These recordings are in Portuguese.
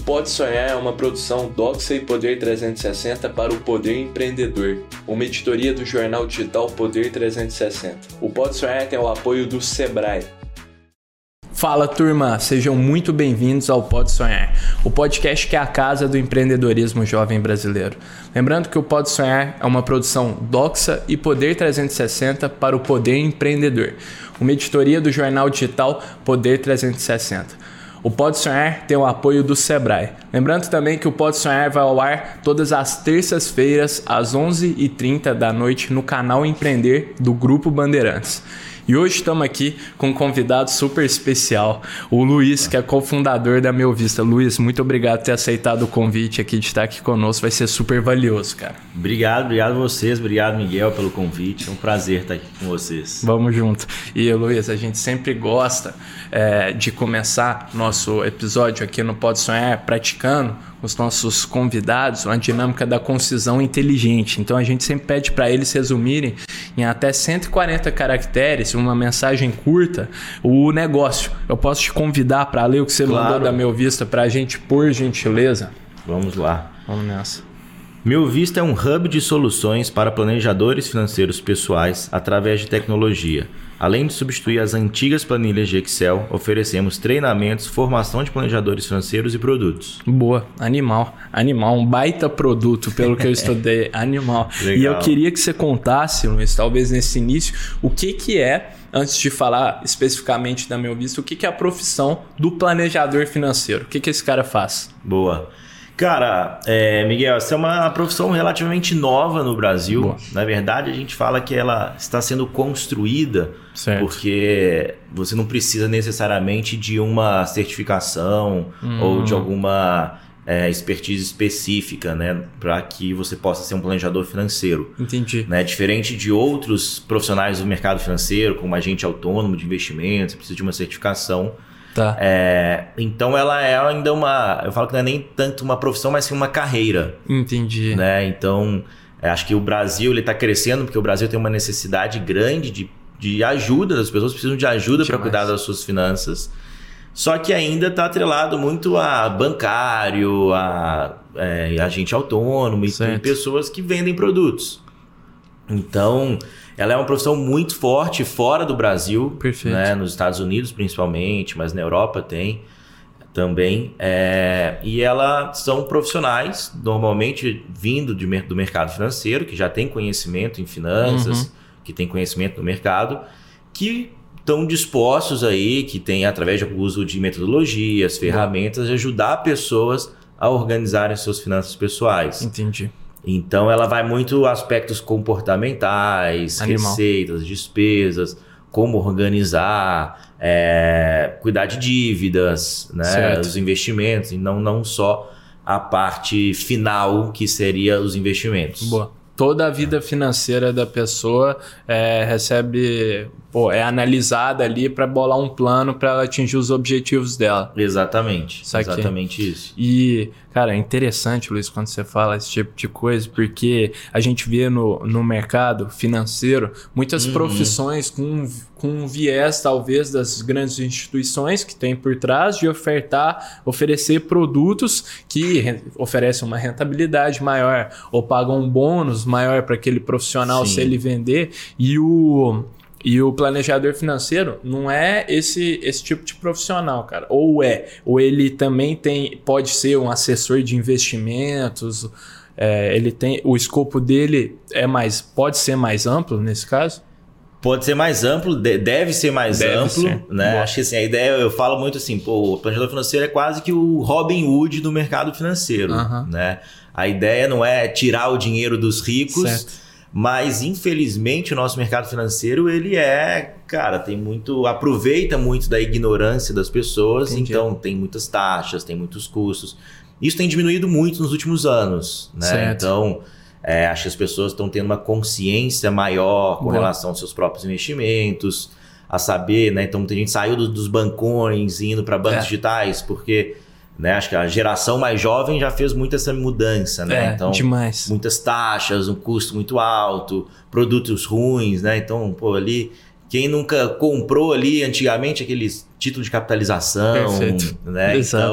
Pode Sonhar é uma produção Doxa e Poder 360 para o Poder Empreendedor, uma editoria do jornal digital Poder 360. O Pode Sonhar tem o apoio do Sebrae. Fala turma, sejam muito bem-vindos ao Pode Sonhar, o podcast que é a casa do empreendedorismo jovem brasileiro. Lembrando que o Pode Sonhar é uma produção Doxa e Poder 360 para o Poder Empreendedor, uma editoria do jornal digital Poder 360. O Pode Sonhar tem o apoio do Sebrae. Lembrando também que o Pode Sonhar vai ao ar todas as terças-feiras às 11h30 da noite no canal Empreender do Grupo Bandeirantes. E hoje estamos aqui com um convidado super especial, o Luiz, que é cofundador da Meu Vista. Luiz, muito obrigado por ter aceitado o convite aqui de estar aqui conosco, vai ser super valioso, cara. Obrigado a vocês, obrigado Miguel pelo convite, é um prazer estar aqui com vocês. Vamos junto. E Luiz, a gente sempre gosta de começar nosso episódio aqui no Pode Sonhar praticando os nossos convidados uma dinâmica da concisão inteligente. Então a gente sempre pede para eles resumirem em até 140 caracteres, uma mensagem curta, o negócio. Eu posso te convidar para ler o que você mandou da Meu Vista para a gente, por gentileza? Vamos lá. Vamos nessa. Meu Vista é um hub de soluções para planejadores financeiros pessoais através de tecnologia. Além de substituir as antigas planilhas de Excel, oferecemos treinamentos, formação de planejadores financeiros e produtos. Boa, animal, um baita produto, pelo que eu estudei, animal. Legal. E eu queria que você contasse, Luiz, talvez nesse início, o que é, antes de falar especificamente da Meu Vista, o que é a profissão do planejador financeiro? O que esse cara faz? Boa. Cara, Miguel, essa é uma profissão relativamente nova no Brasil. Boa. Na verdade, a gente fala que ela está sendo construída, certo, porque você não precisa necessariamente de uma certificação ou de alguma expertise específica, né, para que você possa ser um planejador financeiro. Entendi. Né? Diferente de outros profissionais do mercado financeiro, como agente autônomo de investimentos, você precisa de uma certificação. Tá. Então ela é ainda eu falo que não é nem tanto uma profissão, mas sim uma carreira. Entendi. Né? Então, acho que o Brasil está crescendo, porque o Brasil tem uma necessidade grande de ajuda, as pessoas precisam de ajuda para cuidar das suas finanças. Só que ainda está atrelado muito a bancário, a agente autônomo e pessoas que vendem produtos. Então, ela é uma profissão muito forte fora do Brasil, né? Nos Estados Unidos principalmente, mas na Europa tem também. E elas são profissionais, normalmente vindo do mercado financeiro, que já tem conhecimento em finanças, que tem conhecimento no mercado, que estão dispostos aí, que tem através do uso de metodologias, ferramentas, de ajudar pessoas a organizarem suas finanças pessoais. Entendi. Então, ela vai muito aspectos comportamentais, receitas, despesas, como organizar, cuidar de dívidas, né, os investimentos, e não só a parte final, que seria os investimentos. Boa. Toda a vida financeira da pessoa é analisada ali para bolar um plano para ela atingir os objetivos dela. Exatamente. Exatamente isso. E, cara, é interessante, Luiz, quando você fala esse tipo de coisa, porque a gente vê no mercado financeiro muitas profissões com um viés, talvez, das grandes instituições que tem por trás de oferecer produtos que oferecem uma rentabilidade maior ou pagam um bônus maior para aquele profissional se ele vender. E o planejador financeiro não é esse tipo de profissional, cara. Ou ele também pode ser um assessor de investimentos. O escopo dele pode ser mais amplo nesse caso? Pode ser mais amplo, deve ser mais amplo, né? Boa. Acho que assim, a ideia, eu falo muito assim, o planejador financeiro é quase que o Robin Hood do mercado financeiro, né? A ideia não é tirar o dinheiro dos ricos, mas infelizmente o nosso mercado financeiro, ele aproveita muito da ignorância das pessoas. Entendi. Então tem muitas taxas, tem muitos custos. Isso tem diminuído muito nos últimos anos, né? Então, acho que as pessoas estão tendo uma consciência maior com relação aos seus próprios investimentos, a saber, né? Então, muita gente saiu dos bancões indo para bancos digitais, porque, né, acho que a geração mais jovem já fez muito essa mudança, né? Então, demais. Muitas taxas, um custo muito alto, produtos ruins, né? Então, ali, quem nunca comprou ali antigamente aqueles títulos de capitalização, né? Exato. Então,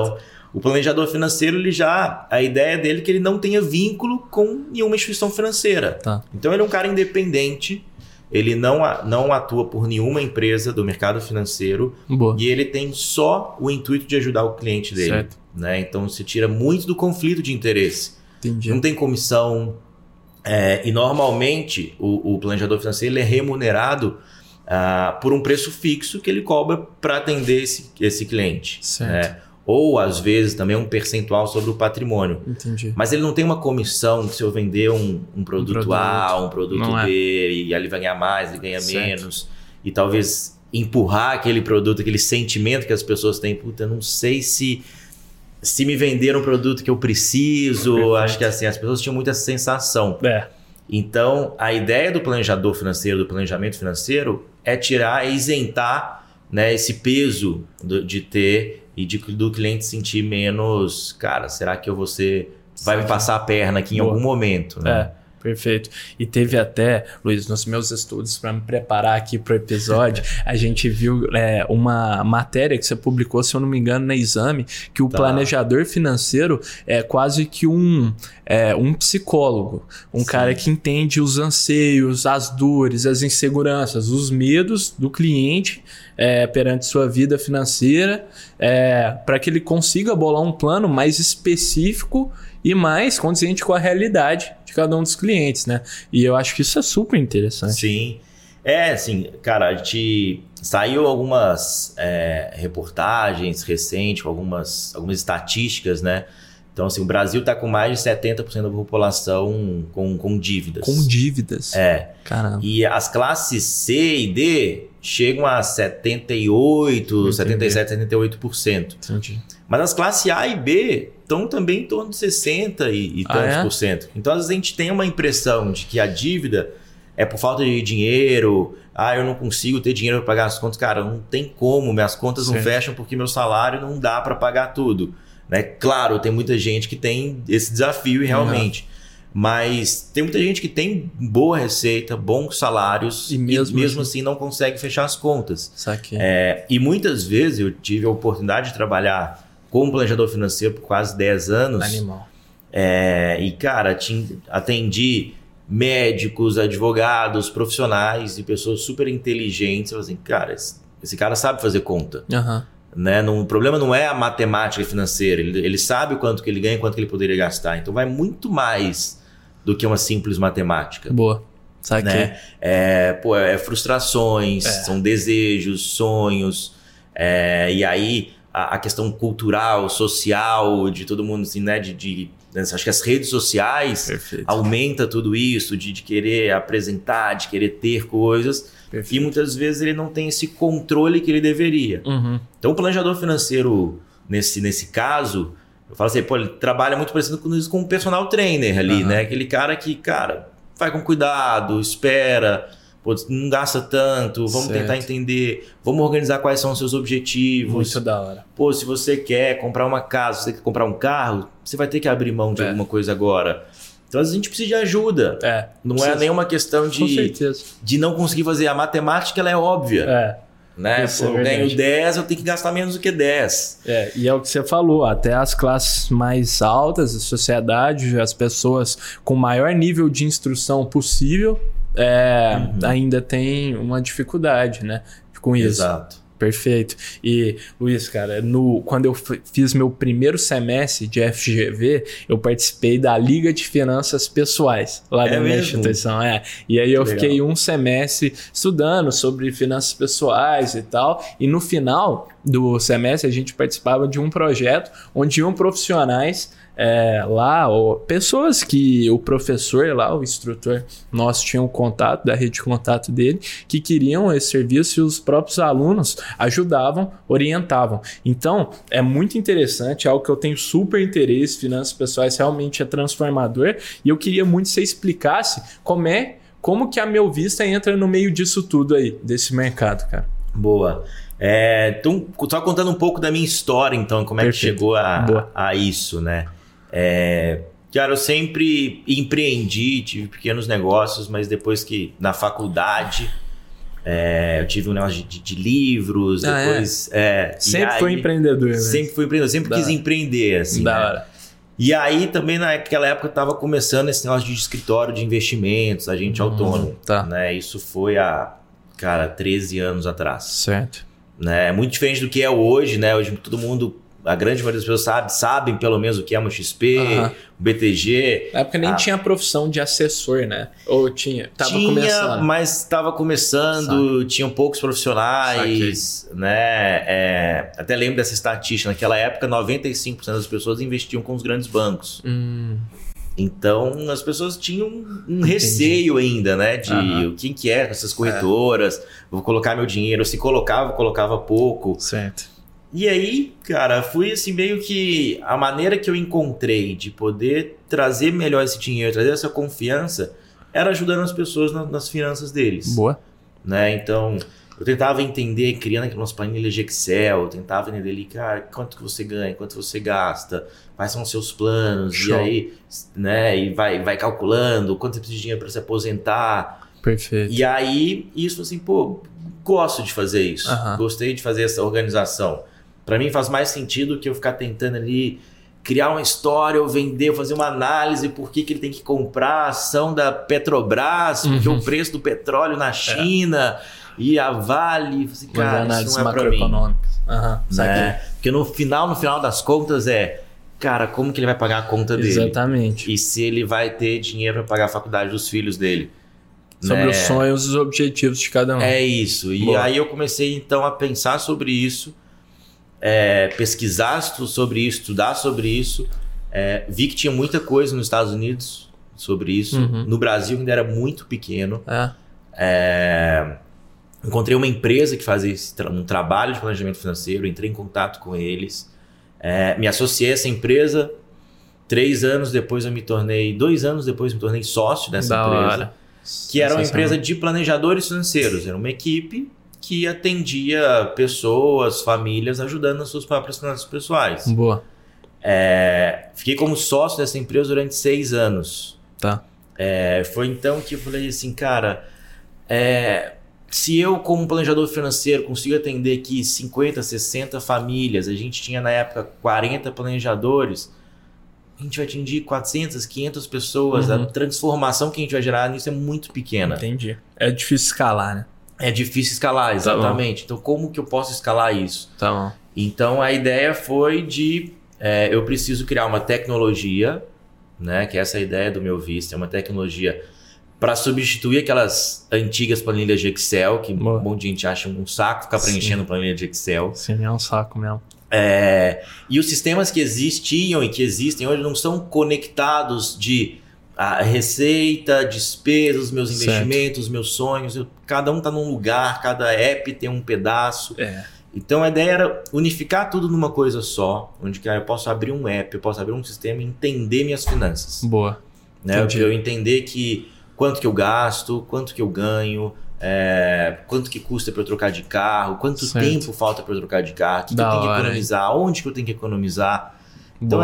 O planejador financeiro, a ideia dele é que ele não tenha vínculo com nenhuma instituição financeira. Tá. Então ele é um cara independente, ele não atua por nenhuma empresa do mercado financeiro. Boa. E ele tem só o intuito de ajudar o cliente dele. Certo. Né? Então se tira muito do conflito de interesse. Entendi. Não tem comissão. E normalmente o planejador financeiro ele é remunerado por um preço fixo que ele cobra para atender esse cliente. Certo. Né? Ou às vezes também um percentual sobre o patrimônio. Entendi. Mas ele não tem uma comissão que se eu vender um produto A, um produto B, e ele vai ganhar mais, ele ganha menos. E talvez empurrar aquele produto, aquele sentimento que as pessoas têm. Puta, eu não sei se me vender um produto que eu preciso. Perfeito. Acho que assim, as pessoas tinham muita sensação. Então, a ideia do planejador financeiro, do planejamento financeiro, é isentar, né, esse peso de ter e do cliente sentir menos, cara, será que vai me passar a perna aqui em algum momento? Né? Perfeito. E teve até, Luiz, nos meus estudos para me preparar aqui para o episódio, a gente viu uma matéria que você publicou, se eu não me engano, na Exame, que o planejador financeiro é quase que um psicólogo, cara que entende os anseios, as dores, as inseguranças, os medos do cliente perante sua vida financeira, para que ele consiga bolar um plano mais específico e mais condizente com a realidade de cada um dos clientes, né? E eu acho que isso é super interessante. Sim. Assim, cara, a gente saiu algumas reportagens recentes, com algumas estatísticas, né? Então, assim, o Brasil está com mais de 70% da população com dívidas. Com dívidas? Caramba. E as classes C e D chegam a 78%, 77%, 78%. Entendi. Mas as classes A e B estão também em torno de 60% e tantos por cento. Então, às vezes a gente tem uma impressão de que a dívida é por falta de dinheiro. Eu não consigo ter dinheiro para pagar as contas. Cara, não tem como. Minhas contas não fecham porque meu salário não dá para pagar tudo. Né? Claro, tem muita gente que tem esse desafio realmente. Mas tem muita gente que tem boa receita, bons salários e mesmo assim não consegue fechar as contas. E muitas vezes eu tive a oportunidade de trabalhar como planejador financeiro por quase 10 anos. Animal. E, cara, atendi médicos, advogados, profissionais e pessoas super inteligentes. Assim, cara, esse cara sabe fazer conta. Né? O problema não é a matemática financeira. Ele sabe o quanto que ele ganha e quanto que ele poderia gastar. Então vai muito mais do que uma simples matemática. Boa. Saquei. Né? Frustrações, são desejos, sonhos. E aí a questão cultural, social, de todo mundo, assim, né? Acho que as redes sociais aumenta tudo isso, de querer apresentar, de querer ter coisas. E muitas vezes ele não tem esse controle que ele deveria. Então o planejador financeiro, nesse caso, eu falo assim, ele trabalha muito parecido com um personal trainer ali, né? Aquele cara que, cara, vai com cuidado, espera, não gasta tanto, vamos tentar entender, vamos organizar quais são os seus objetivos. Muito da hora. Se você quer comprar uma casa, se você quer comprar um carro, você vai ter que abrir mão de alguma coisa agora. Então, às vezes a gente precisa de ajuda. Não é nenhuma questão de não conseguir fazer. A matemática, ela é óbvia. Né? Eu ganho 10, eu tenho que gastar menos do que 10. E é o que você falou, até as classes mais altas da sociedade, as pessoas com maior nível de instrução possível, ainda tem uma dificuldade, né, com isso. Exato. Perfeito. E, Luiz, cara, quando eu fiz meu primeiro semestre de FGV, eu participei da Liga de Finanças Pessoais, lá da minha instituição. E aí eu fiquei um semestre estudando sobre finanças pessoais e tal. E no final do semestre, a gente participava de um projeto onde iam profissionais lá, pessoas que o professor lá, o instrutor nosso, tinha um contato, da rede de contato dele, que queriam esse serviço e os próprios alunos ajudavam, orientavam. Então, é muito interessante, é algo que eu tenho super interesse, finanças pessoais realmente é transformador, e eu queria muito que você explicasse como que a Meu Vista entra no meio disso tudo aí, desse mercado, cara. Boa. Então, só contando um pouco da minha história, então, como que chegou a isso, né? Cara, eu sempre empreendi, tive pequenos negócios, mas depois que na faculdade Eu tive um negócio de livros, depois... Sempre foi empreendedor, né? Sempre fui empreendedor, sempre quis empreender, assim, Da né? hora. E aí também naquela época eu tava começando esse negócio de escritório de investimentos, agente autônomo, tá. né? Isso foi há, 13 anos atrás. Certo. Né? É muito diferente do que é hoje, né? Hoje todo mundo, a grande maioria das pessoas sabem pelo menos o que é uma XP, o BTG. Na época nem tinha a profissão de assessor, né? Ou tinha? Tava começando. Mas estava começando, tinham poucos profissionais, né? Até lembro dessa estatística, naquela época 95% das pessoas investiam com os grandes bancos. Então as pessoas tinham um receio ainda, né? De o que é essas corretoras, vou colocar meu dinheiro, se colocava pouco. Certo. E aí, cara, fui assim meio que a maneira que eu encontrei de poder trazer melhor esse dinheiro, trazer essa confiança, era ajudando as pessoas nas finanças deles. Boa. Né? Então, eu tentava entender, criando aquelas planilhas de Excel, eu tentava entender ali, cara, quanto que você ganha, quanto você gasta, quais são os seus planos, Show. e aí, né, e vai calculando quanto você precisa de dinheiro para se aposentar. Perfeito. E aí, isso assim, gosto de fazer isso, gostei de fazer essa organização. Para mim faz mais sentido que eu ficar tentando ali criar uma história ou vender, ou fazer uma análise por que ele tem que comprar a ação da Petrobras, porque o preço do petróleo na China e a Vale, assim, cara, isso não é para mim. Né? Porque no final das contas cara, como que ele vai pagar a conta dele? Exatamente. E se ele vai ter dinheiro para pagar a faculdade dos filhos dele? Sobre os sonhos e os objetivos de cada um. É isso. E aí eu comecei então a pensar sobre isso, pesquisar sobre isso, estudar sobre isso. Vi que tinha muita coisa nos Estados Unidos sobre isso. No Brasil ainda era muito pequeno. Encontrei uma empresa que fazia um trabalho de planejamento financeiro, entrei em contato com eles, me associei a essa empresa. 2 anos depois me tornei sócio dessa empresa, que era uma empresa de planejadores financeiros. Era uma equipe que atendia pessoas, famílias, ajudando nas suas próprias finanças pessoais. Boa. Fiquei como sócio dessa empresa durante 6 anos. Tá. Foi então que eu falei assim, cara, se eu como planejador financeiro consigo atender aqui 50, 60 famílias, a gente tinha na época 40 planejadores, a gente vai atingir 400, 500 pessoas, a transformação que a gente vai gerar nisso é muito pequena. Entendi. É difícil escalar, né? É difícil escalar, exatamente. Então, como que eu posso escalar isso? Tá bom. Então, a ideia foi de... eu preciso criar uma tecnologia, né? Que é essa ideia do meu Vista, é uma tecnologia para substituir aquelas antigas planilhas de Excel, que um monte de gente acha um saco ficar preenchendo planilha de Excel. Sim, é um saco mesmo. E os sistemas que existiam e que existem hoje não são conectados de... a receita, despesas, meus investimentos, meus sonhos, cada um está num lugar, cada app tem um pedaço. Então a ideia era unificar tudo numa coisa só, onde eu posso abrir um app, eu posso abrir um sistema e entender minhas finanças. Boa. Né? Eu entender quanto que eu gasto, quanto que eu ganho, quanto que custa para eu trocar de carro, quanto tempo falta para eu trocar de carro, o que eu tenho que economizar, onde que eu tenho que economizar. Então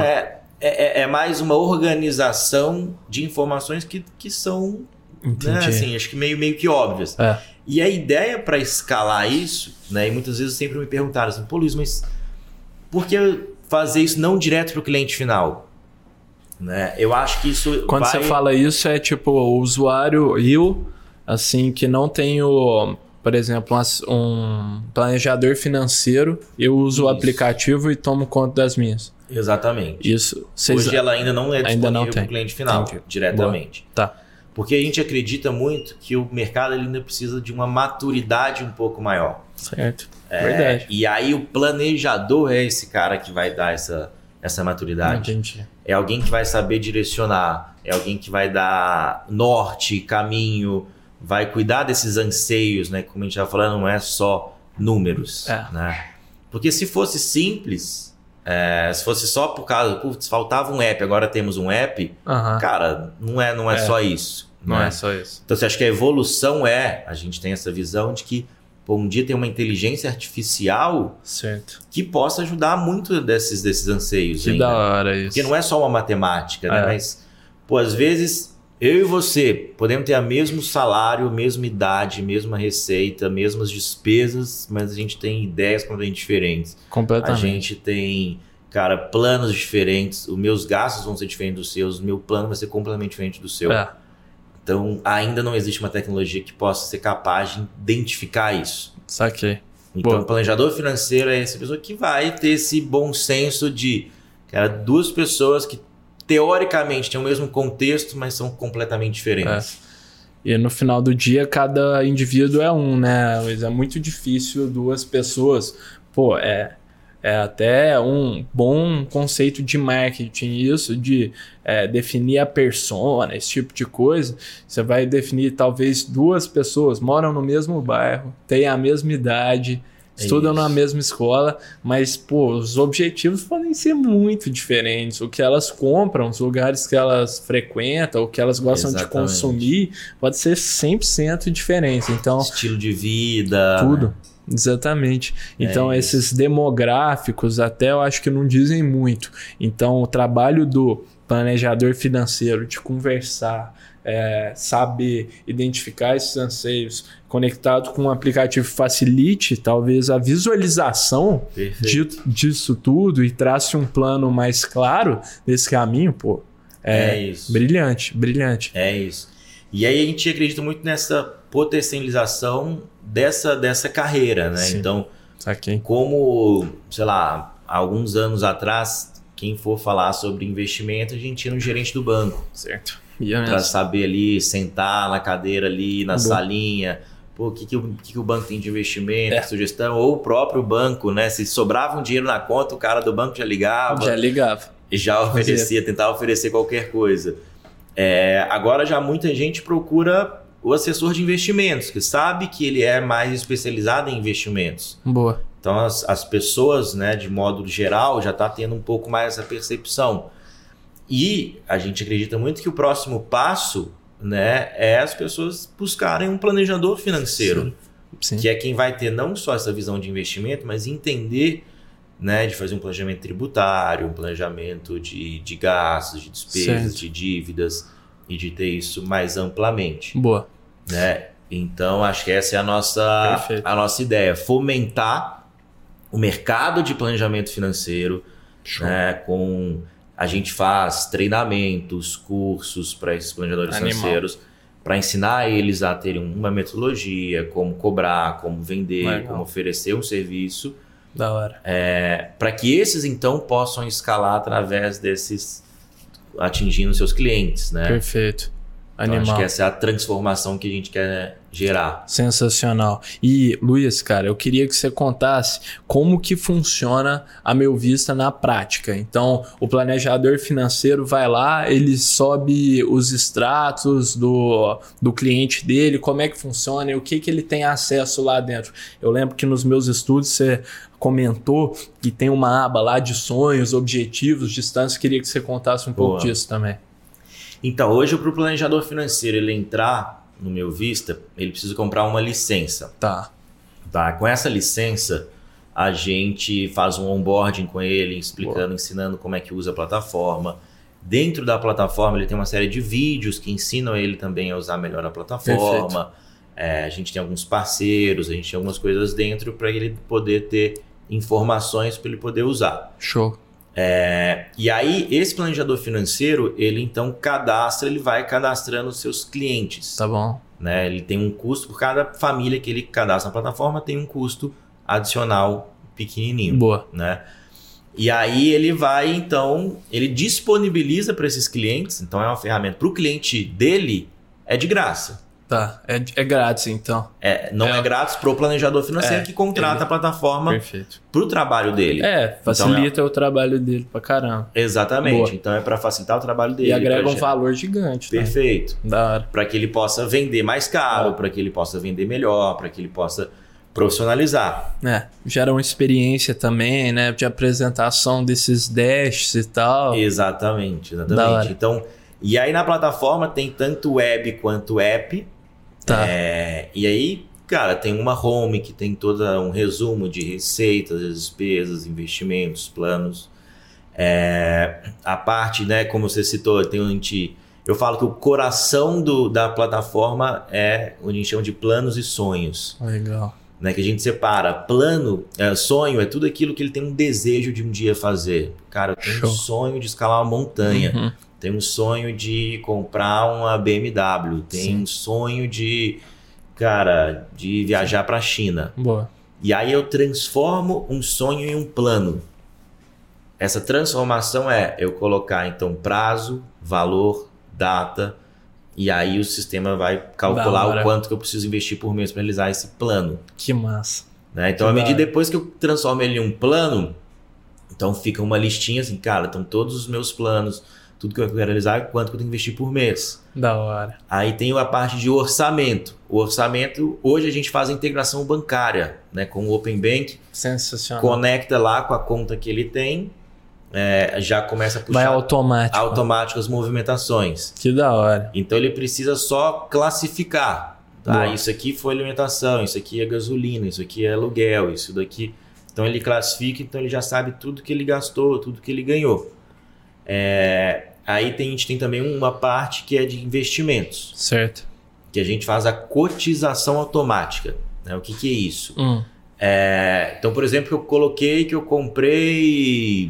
é mais uma organização de informações que são, né, assim, acho que meio que óbvias. E a ideia para escalar isso, né, e muitas vezes sempre me perguntaram assim, Luiz, mas por que fazer isso não direto para o cliente final? Né? Eu acho que isso Quando você fala isso, é tipo o usuário, assim, que não tenho, por exemplo, um planejador financeiro, eu uso o aplicativo e tomo conta das minhas. Exatamente. Isso. Hoje ela ainda não é disponível para o cliente final, diretamente. Boa. Tá. Porque a gente acredita muito que o mercado ainda precisa de uma maturidade um pouco maior. Certo. Verdade. E aí o planejador é esse cara que vai dar essa maturidade. Entendi. É alguém que vai saber direcionar, é alguém que vai dar norte, caminho, vai cuidar desses anseios, né? Como a gente já falando, não é só números. Né? Porque se fosse simples... se fosse só por causa, faltava um app, agora temos um app, cara, não é só isso. Não é só isso. Então você acha que a evolução a gente tem essa visão de que um dia tem uma inteligência artificial que possa ajudar muito desses anseios. Que da hora isso. Porque não é só uma matemática, né? Mas, às vezes eu e você podemos ter o mesmo salário, mesma idade, mesma receita, mesmas despesas, mas a gente tem ideias completamente diferentes. Completamente. A gente tem, cara, planos diferentes. Os meus gastos vão ser diferentes dos seus, o meu plano vai ser completamente diferente do seu. Então, ainda não existe uma tecnologia que possa ser capaz de identificar isso. Saquei. Então, o planejador financeiro é essa pessoa que vai ter esse bom senso de, cara, duas pessoas que teoricamente têm o mesmo contexto, mas são completamente diferentes. E no final do dia, cada indivíduo é um, né? Mas é muito difícil duas pessoas. Pô, é até um bom conceito de marketing isso, de definir a persona, esse tipo de coisa. Você vai definir talvez duas pessoas, moram no mesmo bairro, têm a mesma idade, estudam na mesma escola, mas pô, os objetivos podem ser muito diferentes. O que elas compram, os lugares que elas frequentam, o que elas gostam de consumir, pode ser 100% diferente. Então, estilo de vida, tudo. Né? Exatamente. Então, esses demográficos até eu acho que não dizem muito. Então, o trabalho do planejador financeiro de conversar, saber identificar esses anseios, conectado com um aplicativo facilite talvez a visualização disso tudo e trace um plano mais claro desse caminho, pô, isso. Brilhante. É isso. E aí a gente acredita muito nessa potencialização dessa carreira, né? Sim. Então, Saquei. como, sei lá, alguns anos atrás, quem for falar sobre investimento, a gente ia no gerente do banco. Certo. Para saber ali, sentar na cadeira ali, na salinha, pô, o que o banco tem de investimento, sugestão, ou o próprio banco, né? Se sobrava um dinheiro na conta, o cara do banco já ligava. E já oferecia, tentava oferecer qualquer coisa. Agora já muita gente procura o assessor de investimentos, que sabe que ele é mais especializado em investimentos. Boa. Então as pessoas, né, de modo geral, já está tendo um pouco mais essa percepção. E a gente acredita muito que o próximo passo, né, é as pessoas buscarem um planejador financeiro. Sim. Que é quem vai ter não só essa visão de investimento, mas entender, né, de fazer um planejamento tributário, um planejamento de gastos, de despesas, de dívidas, e de ter isso mais amplamente. Boa. Né? Então, acho que essa é a nossa ideia. Fomentar o mercado de planejamento financeiro, né? A gente faz treinamentos, cursos para esses planejadores financeiros, para ensinar eles a terem uma metodologia, como cobrar, como vender, como oferecer um serviço. Da hora. Para que esses, então, possam escalar através desses, atingindo seus clientes, né? Perfeito. Então, acho que essa é a transformação que a gente quer gerar. Sensacional. E, Luiz, cara, eu queria que você contasse como que funciona, a meu vista, na prática. Então, o planejador financeiro vai lá, ele sobe os extratos do cliente dele, como é que funciona e o que ele tem acesso lá dentro. Eu lembro que nos meus estudos você comentou que tem uma aba lá de sonhos, objetivos, distâncias. Queria que você contasse um pouco disso também. Então, hoje, para o planejador financeiro ele entrar no Meu Vista, ele precisa comprar uma licença. Tá. Com essa licença, a gente faz um onboarding com ele, explicando, ensinando como é que usa a plataforma. Dentro da plataforma, ele tem uma série de vídeos que ensinam ele também a usar melhor a plataforma. A gente tem alguns parceiros, a gente tem algumas coisas dentro para ele poder ter informações para ele poder usar. Show. E aí, esse planejador financeiro, ele então ele vai cadastrando os seus clientes. Tá bom. Né? Ele tem um custo, por cada família que ele cadastra na plataforma, tem um custo adicional pequenininho. Boa. Né? E aí ele vai, então, ele disponibiliza para esses clientes, então é uma ferramenta para o cliente dele, é de graça. Tá, é grátis então. Não é grátis para o planejador financeiro que contrata a plataforma para o trabalho dele. Facilita o trabalho dele pra caramba. Exatamente, Boa. Então é para facilitar o trabalho dele. E agrega um valor gigante. Perfeito. Né? Da hora. Para que ele possa vender mais caro, para que ele possa vender melhor, para que ele possa profissionalizar. Gera uma experiência também, né? De apresentação desses dashes e tal. Exatamente. Da hora. Então, e aí na plataforma tem tanto web quanto app. Tá. E aí, cara, tem uma home que tem todo um resumo de receitas, despesas, investimentos, planos. A parte, né, como você citou, a gente Eu falo que o coração da plataforma é o que a gente chama de planos e sonhos. Legal. Né, que a gente separa. Plano, sonho, é tudo aquilo que ele tem um desejo de um dia fazer. Cara, eu tenho um sonho de escalar uma montanha. Tenho um sonho de comprar uma BMW. Tenho um sonho de viajar para a China. Boa. E aí eu transformo um sonho em um plano. Essa transformação é eu colocar, então, prazo, valor, data, e aí o sistema vai calcular o quanto que eu preciso investir por mês para realizar esse plano. Que massa. Né? Então, depois que eu transformo ele em um plano, então fica uma listinha assim, cara, então todos os meus planos, tudo que eu quero realizar, quanto que eu tenho que investir por mês. Da hora. Aí tem a parte de orçamento. O orçamento, hoje a gente faz a integração bancária, né, com o Open Bank. Sensacional. Conecta lá com a conta que ele tem, já começa a puxar. Vai automático as movimentações. Que da hora. Então ele precisa só classificar. Tá? Isso aqui foi alimentação, isso aqui é gasolina, isso aqui é aluguel, isso daqui. Então ele classifica, então ele já sabe tudo que ele gastou, tudo que ele ganhou. Aí a gente tem também uma parte que é de investimentos. Certo. Que a gente faz a cotização automática. Né? O que é isso? Então, por exemplo, eu coloquei que eu comprei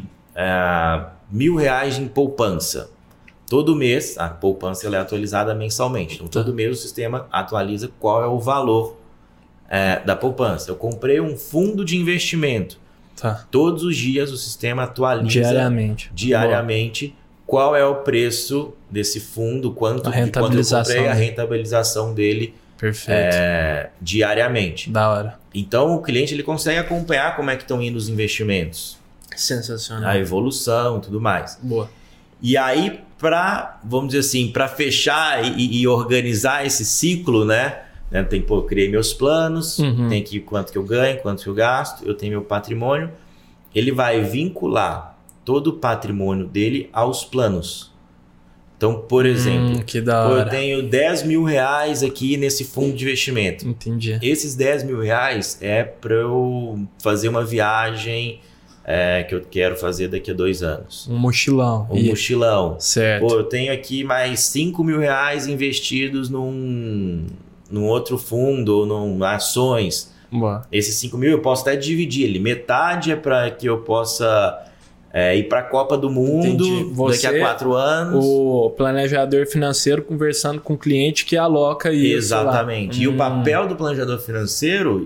R$1.000 em poupança. Todo mês, a poupança ela é atualizada mensalmente. Então, todo mês o sistema atualiza qual é o valor da poupança. Eu comprei um fundo de investimento. Todos os dias o sistema atualiza diariamente qual é o preço desse fundo, quanto eu comprei, a rentabilização dele. Perfeito. Diariamente. Da hora. Então o cliente ele consegue acompanhar como é que estão indo os investimentos. Sensacional. A evolução e tudo mais. Boa. E aí, vamos dizer assim, para fechar e organizar esse ciclo, né? Eu criei meus planos, tem aqui quanto que eu ganho, quanto que eu gasto, eu tenho meu patrimônio. Ele vai vincular todo o patrimônio dele aos planos. Então, por exemplo, que da hora. Eu tenho R$10.000 aqui nesse fundo de investimento. Entendi. Esses R$10.000 é para eu fazer uma viagem que eu quero fazer daqui a 2 anos. Um mochilão. Mochilão. Certo. Eu tenho aqui mais R$5.000 investidos num outro fundo ou num ações. Boa. Esses 5 mil eu posso até dividir ele. Metade é para que eu possa ir para a Copa do Mundo daqui a 4 anos. O planejador financeiro conversando com o cliente que aloca isso. Exatamente. E o papel do planejador financeiro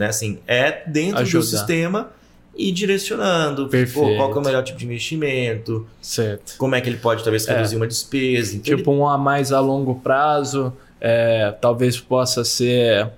é dentro do sistema e direcionando. Qual que é o melhor tipo de investimento. Certo. Como é que ele pode talvez reduzir uma despesa. Então, tipo um a mais a longo prazo. Talvez possa ser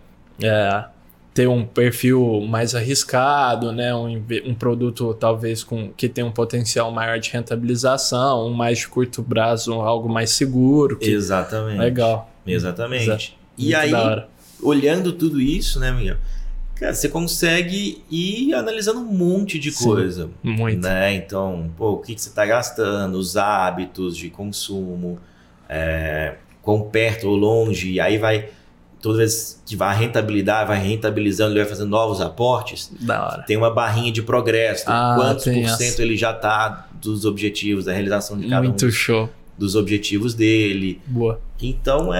ter um perfil mais arriscado, né? Um produto talvez que tem um potencial maior de rentabilização, um mais de curto prazo, algo mais seguro. Exatamente. Legal. Exatamente. E aí, olhando tudo isso, né, Miguel? Cara, você consegue ir analisando um monte de coisa. Muito. Né? Então, o que você está gastando, os hábitos de consumo, quão perto ou longe, e aí toda vez que vai rentabilizando, ele vai fazendo novos aportes. Da hora. Tem uma barrinha de progresso, quantos por cento ele já está dos objetivos, da realização de cada dos objetivos dele. Boa. Então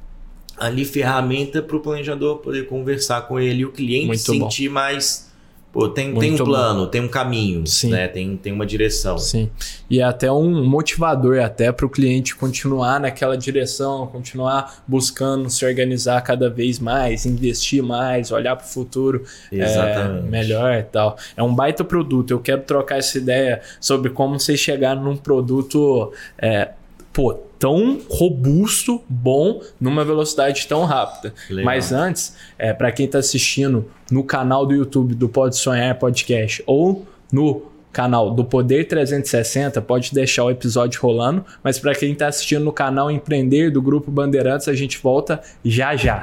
ali ferramenta para o planejador poder conversar com ele e o cliente sentir mais. Tem um plano, tem um caminho, né? Tem uma direção. Sim. E é até um motivador até para o cliente continuar naquela direção, continuar buscando se organizar cada vez mais, investir mais, olhar para o futuro melhor e tal. É um baita produto. Eu quero trocar essa ideia sobre como vocês chegaram num produto tão robusto, bom, numa velocidade tão rápida. Mas antes, para quem está assistindo no canal do YouTube do Pode Sonhar Podcast ou no canal do Poder 360, pode deixar o episódio rolando, mas para quem está assistindo no canal Empreender do Grupo Bandeirantes, a gente volta já já.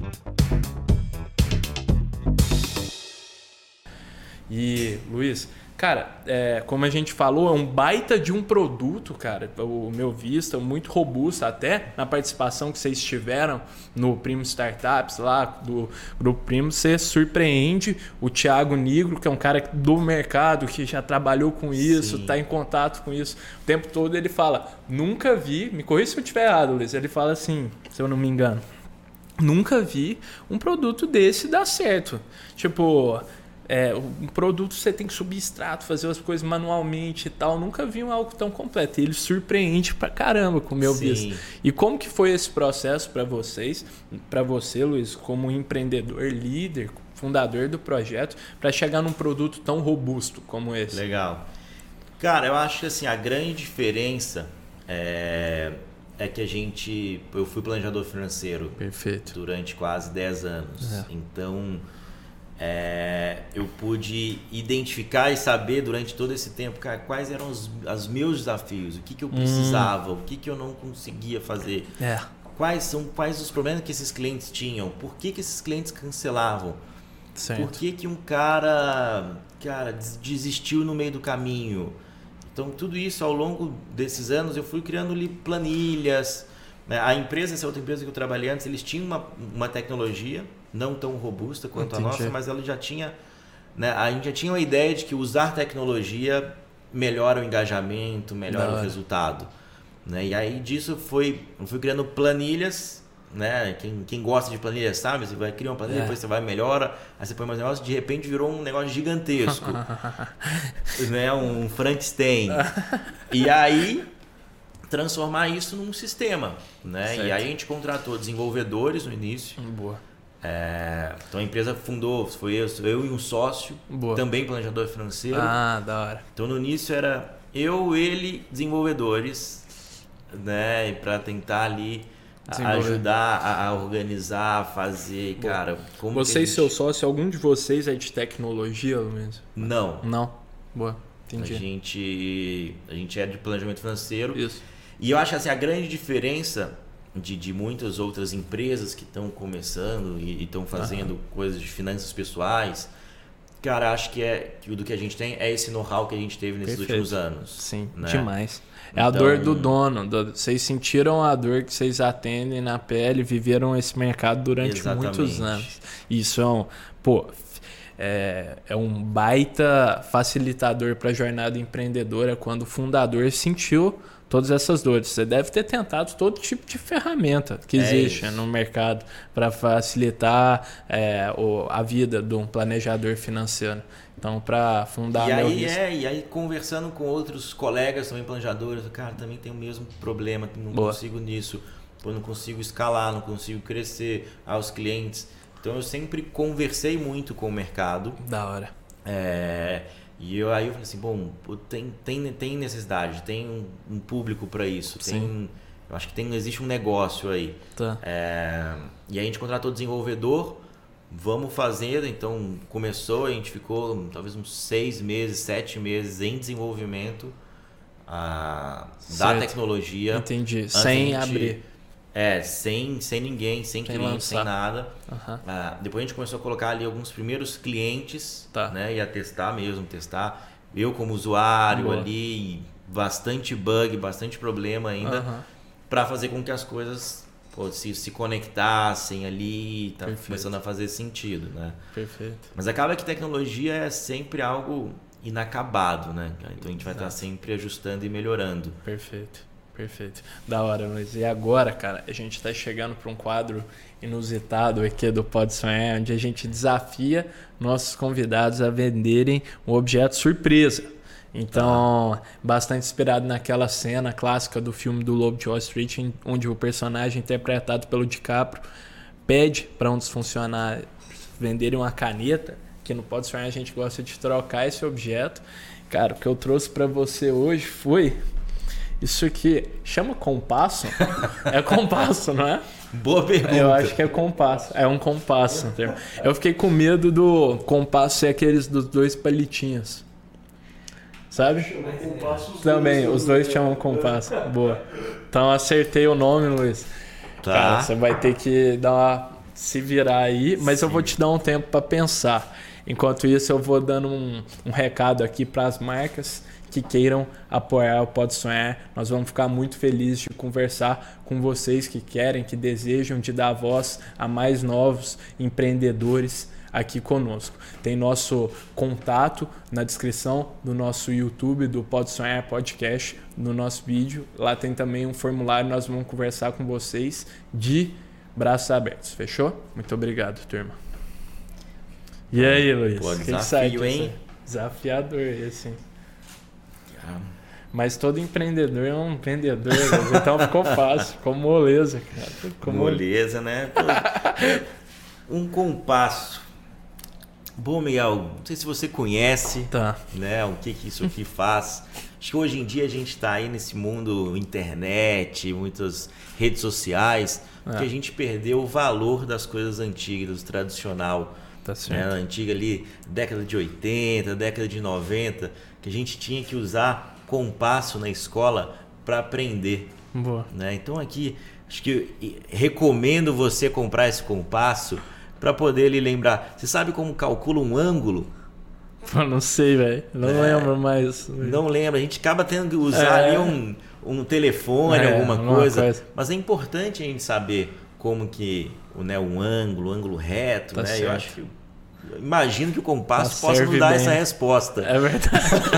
E, Luiz, Cara, como a gente falou, é um baita de um produto, cara. O meu visto é muito robusto, até na participação que vocês tiveram no Primo Startups lá, do Grupo Primo, você surpreende o Thiago Nigro, que é um cara do mercado, que já trabalhou com isso, está em contato com isso. O tempo todo ele fala, nunca vi, me corrija se eu estiver errado, Luiz, ele fala assim, se eu não me engano, nunca vi um produto desse dar certo. Tipo... um produto você tem que subir extrato, fazer as coisas manualmente e tal. Nunca vi algo tão completo. E ele surpreende pra caramba com o meu visto. E como que foi esse processo para vocês, para você, Luiz, como empreendedor, líder, fundador do projeto, para chegar num produto tão robusto como esse? Legal. Cara, eu acho que assim, a grande diferença é que eu fui planejador financeiro. Perfeito. Durante quase 10 anos. Então... eu pude identificar e saber durante todo esse tempo, cara, quais eram os meus desafios, o que eu precisava, o que eu não conseguia fazer, quais os problemas que esses clientes tinham, por que esses clientes cancelavam, certo. Por que um cara desistiu no meio do caminho. Então tudo isso ao longo desses anos eu fui criando planilhas. A empresa, essa outra empresa que eu trabalhei antes, eles tinham uma tecnologia não tão robusta quanto a nossa, mas ela já tinha, a gente já tinha uma ideia de que usar tecnologia melhora o engajamento, melhora o resultado. E aí disso eu fui criando planilhas, quem gosta de planilha sabe, você vai criar uma planilha, depois você vai melhora, aí você põe mais negócio, de repente virou um negócio gigantesco, um Frankenstein. E aí transformar isso num sistema, E aí a gente contratou desenvolvedores no início. Boa. Então a empresa fundou, foi eu e um sócio, também planejador financeiro. Ah, da hora. Então no início era ele, desenvolvedores, para tentar ali ajudar a organizar, a fazer, cara. Como você e seu sócio, algum de vocês é de tecnologia, Luiz? Não. Boa, entendi. A gente é de planejamento financeiro. Isso. E eu acho assim, a grande diferença de muitas outras empresas que estão começando e estão fazendo coisas de finanças pessoais, cara, acho que do que a gente tem é esse know-how que a gente teve nesses últimos anos. Sim, demais. A dor do dono. Vocês sentiram a dor que vocês atendem na pele, viveram esse mercado durante muitos anos. Isso é um baita facilitador para a jornada empreendedora quando o fundador sentiu todas essas dores. Você deve ter tentado todo tipo de ferramenta que existe no mercado para facilitar a vida de um planejador financeiro. Então, para fundar e aí conversando com outros colegas também planejadores, cara, também tem o mesmo problema, não consigo nisso, não consigo escalar, não consigo crescer aos clientes. Então eu sempre conversei muito com o mercado. Da hora. E aí eu falei assim, tem necessidade, tem um público para isso, eu acho que existe um negócio aí. Tá. E aí a gente contratou desenvolvedor, vamos fazer, então começou, a gente ficou talvez uns 6 meses, 7 meses em desenvolvimento da tecnologia. Entendi, sem abrir. Sem ninguém, sem cliente, sem nada. Depois a gente começou a colocar ali alguns primeiros clientes, ia testar. Eu como usuário ali, bastante bug, bastante problema ainda, para fazer com que as coisas se conectassem ali, tá começando a fazer sentido, Perfeito. Mas acaba que tecnologia é sempre algo inacabado, Então a gente vai estar sempre ajustando e melhorando. Perfeito. Da hora, Luiz. E agora, cara, a gente está chegando para um quadro inusitado aqui do Pode Sonhar, onde a gente desafia nossos convidados a venderem um objeto surpresa. Então, bastante inspirado naquela cena clássica do filme do Lobo de Wall Street, onde o personagem interpretado pelo DiCaprio pede para um dos funcionários venderem uma caneta, que no Pode Sonhar a gente gosta de trocar esse objeto. Cara, o que eu trouxe para você hoje foi... Isso aqui chama compasso? É compasso, não é? Boa pergunta. Eu acho que é compasso. É um compasso. Eu fiquei com medo do compasso ser aqueles dos 2 palitinhos. Sabe? Também, os dois chamam compasso. Boa. Então acertei o nome, Luiz. Cara, você vai ter que se virar aí, mas eu vou te dar um tempo para pensar. Enquanto isso, eu vou dando um recado aqui para as marcas que queiram apoiar o Pode Sonhar. Nós vamos ficar muito felizes de conversar com vocês que querem, que desejam de dar voz a mais novos empreendedores aqui conosco. Tem nosso contato na descrição do nosso YouTube, do Pode Sonhar Podcast, no nosso vídeo. Lá tem também um formulário, nós vamos conversar com vocês de braços abertos. Fechou? Muito obrigado, turma. E aí, Luiz? Pô, desafio, hein? Desafiador esse, hein? Mas todo empreendedor é um vendedor, então ficou fácil, ficou moleza, cara. Ficou moleza, né? Um compasso. Bom, Miguel, não sei se você conhece, né, o que isso aqui faz. Acho que hoje em dia a gente está aí nesse mundo internet, muitas redes sociais, que a gente perdeu o valor das coisas antigas, do tradicional. Tá certo. Né, antiga ali, década de 80, década de 90, que a gente tinha que usar compasso na escola para aprender. Boa. Né? Então aqui, acho que recomendo você comprar esse compasso para poder lhe lembrar. Você sabe como calcula um ângulo? Pô, não sei, velho. Não lembro mais. Não lembro. A gente acaba tendo que usar ali um telefone, alguma coisa. Mas é importante a gente saber como que um ângulo reto, né? Certo. Eu acho que imagino que o compasso possa nos dar essa resposta. É verdade.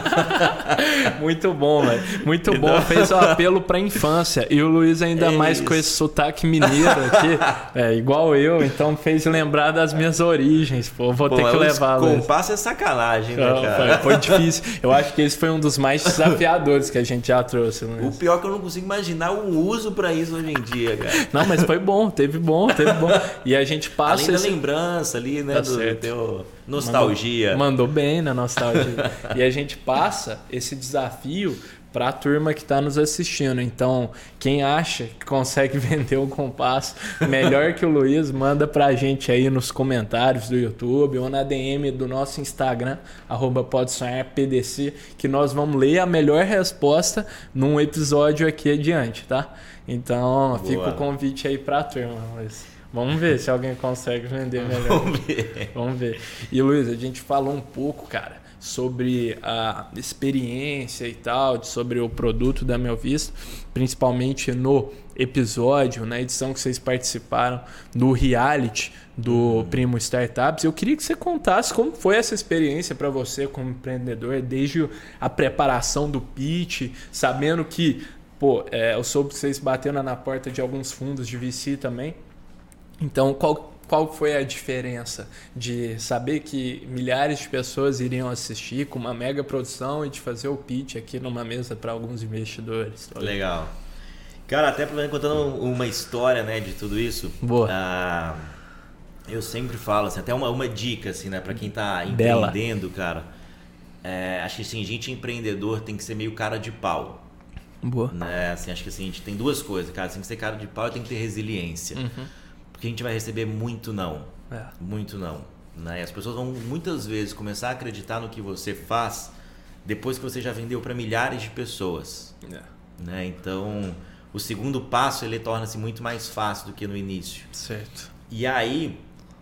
Muito bom, velho. Muito bom. Fez um apelo pra infância. E o Luiz ainda mais com esse sotaque mineiro aqui. Igual eu. Então fez lembrar das minhas origens. Pô, vou ter que levar. O compasso é sacanagem, né, cara? Foi difícil. Eu acho que esse foi um dos mais desafiadores que a gente já trouxe. Luiz. O pior é que eu não consigo imaginar um uso pra isso hoje em dia, cara. Não, mas foi bom. Teve bom. E a gente passa... Além da lembrança ali, né? Tá Nostalgia. Mandou bem na nostalgia. E a gente passa esse desafio para a turma que está nos assistindo. Então, quem acha que consegue vender um compasso melhor que o Luiz, manda para a gente aí nos comentários do YouTube ou na DM do nosso Instagram, @podesonharpdc, que nós vamos ler a melhor resposta num episódio aqui adiante, tá? Então, fica o convite aí para a turma, Luiz. Vamos ver se alguém consegue vender melhor. Vamos ver. E, Luiz, a gente falou um pouco, cara, sobre a experiência e tal, sobre o produto da Meu Visto, principalmente no episódio, na edição que vocês participaram do reality do Primo Startups. Eu queria que você contasse como foi essa experiência para você como empreendedor, desde a preparação do pitch, sabendo que, eu soube que vocês bateram na porta de alguns fundos de VC também. Então, qual foi a diferença de saber que milhares de pessoas iriam assistir com uma mega produção e de fazer o pitch aqui numa mesa para alguns investidores? Legal. Cara, até contando uma história, né, de tudo isso. Boa. Eu sempre falo, assim, até uma dica, assim, né, para quem tá empreendendo, cara. Acho que assim, gente empreendedor tem que ser meio cara de pau. Boa. Né? Assim, acho que assim, a gente tem duas coisas, cara. Tem que ser cara de pau e tem que ter resiliência. Porque a gente vai receber muito não. Muito não. Né? As pessoas vão muitas vezes começar a acreditar no que você faz depois que você já vendeu para milhares de pessoas. Né? Então, o segundo passo ele torna-se muito mais fácil do que no início. Certo. E aí,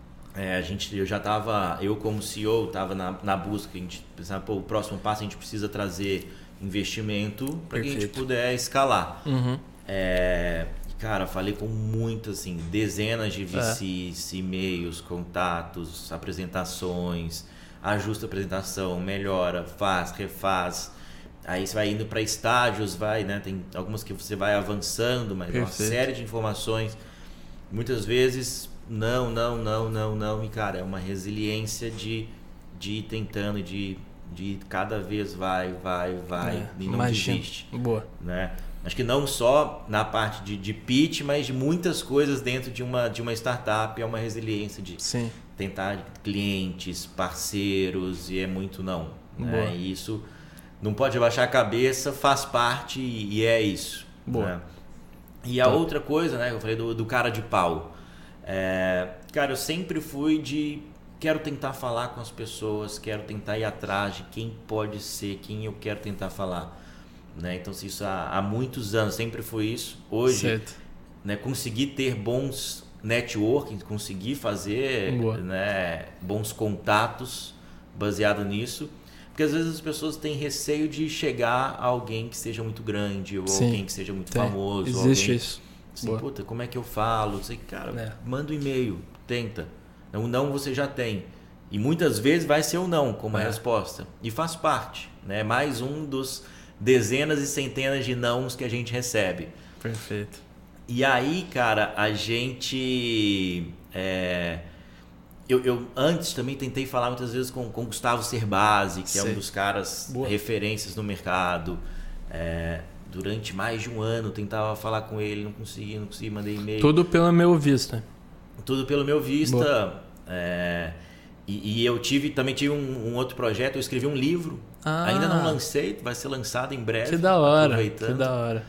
eu como CEO estava na busca, a gente pensava, o próximo passo a gente precisa trazer investimento para que a gente puder escalar. Cara, falei com muitas, assim, dezenas de VCs, e-mails, contatos, apresentações, ajusta a apresentação, melhora, faz, refaz. Aí você vai indo para estágios, né? Tem algumas que você vai avançando, mas uma série de informações. Muitas vezes, não. E, cara, é uma resiliência de ir tentando, de cada vez vai e não desiste. Boa. Né? Acho que não só na parte de pitch, mas de muitas coisas dentro de uma startup. É uma resiliência de tentar clientes, parceiros, e é muito não. Né? E isso não pode abaixar a cabeça, faz parte e é isso. Boa. Né? E a outra coisa, né, que eu falei do cara de pau. Cara, eu sempre fui quero tentar falar com as pessoas, quero tentar ir atrás de quem pode ser, quem eu quero tentar falar. Né? Então, isso há muitos anos sempre foi isso. Hoje, né, conseguir ter bons networking, conseguir fazer, né, bons contatos baseado nisso. Porque às vezes as pessoas têm receio de chegar a alguém que seja muito grande, ou alguém que seja muito famoso. Existe alguém, isso. Assim, puta, como é que eu falo? Sei, cara, manda um e-mail, tenta. Não você já tem. E muitas vezes vai ser o não como a resposta. E faz parte, né? Mais um dos dezenas e centenas de nãos que a gente recebe. Perfeito. E aí, cara, a gente... Eu antes também tentei falar muitas vezes com Gustavo Cerbasi, que é um dos caras referências no mercado. Durante mais de um ano tentava falar com ele, não consegui, mandei e-mail. Tudo pelo meu Vista. Tudo pelo meu Vista. E eu também tive um outro projeto, eu escrevi um livro. Ainda não lancei, vai ser lançado em breve. Que da hora, que da hora.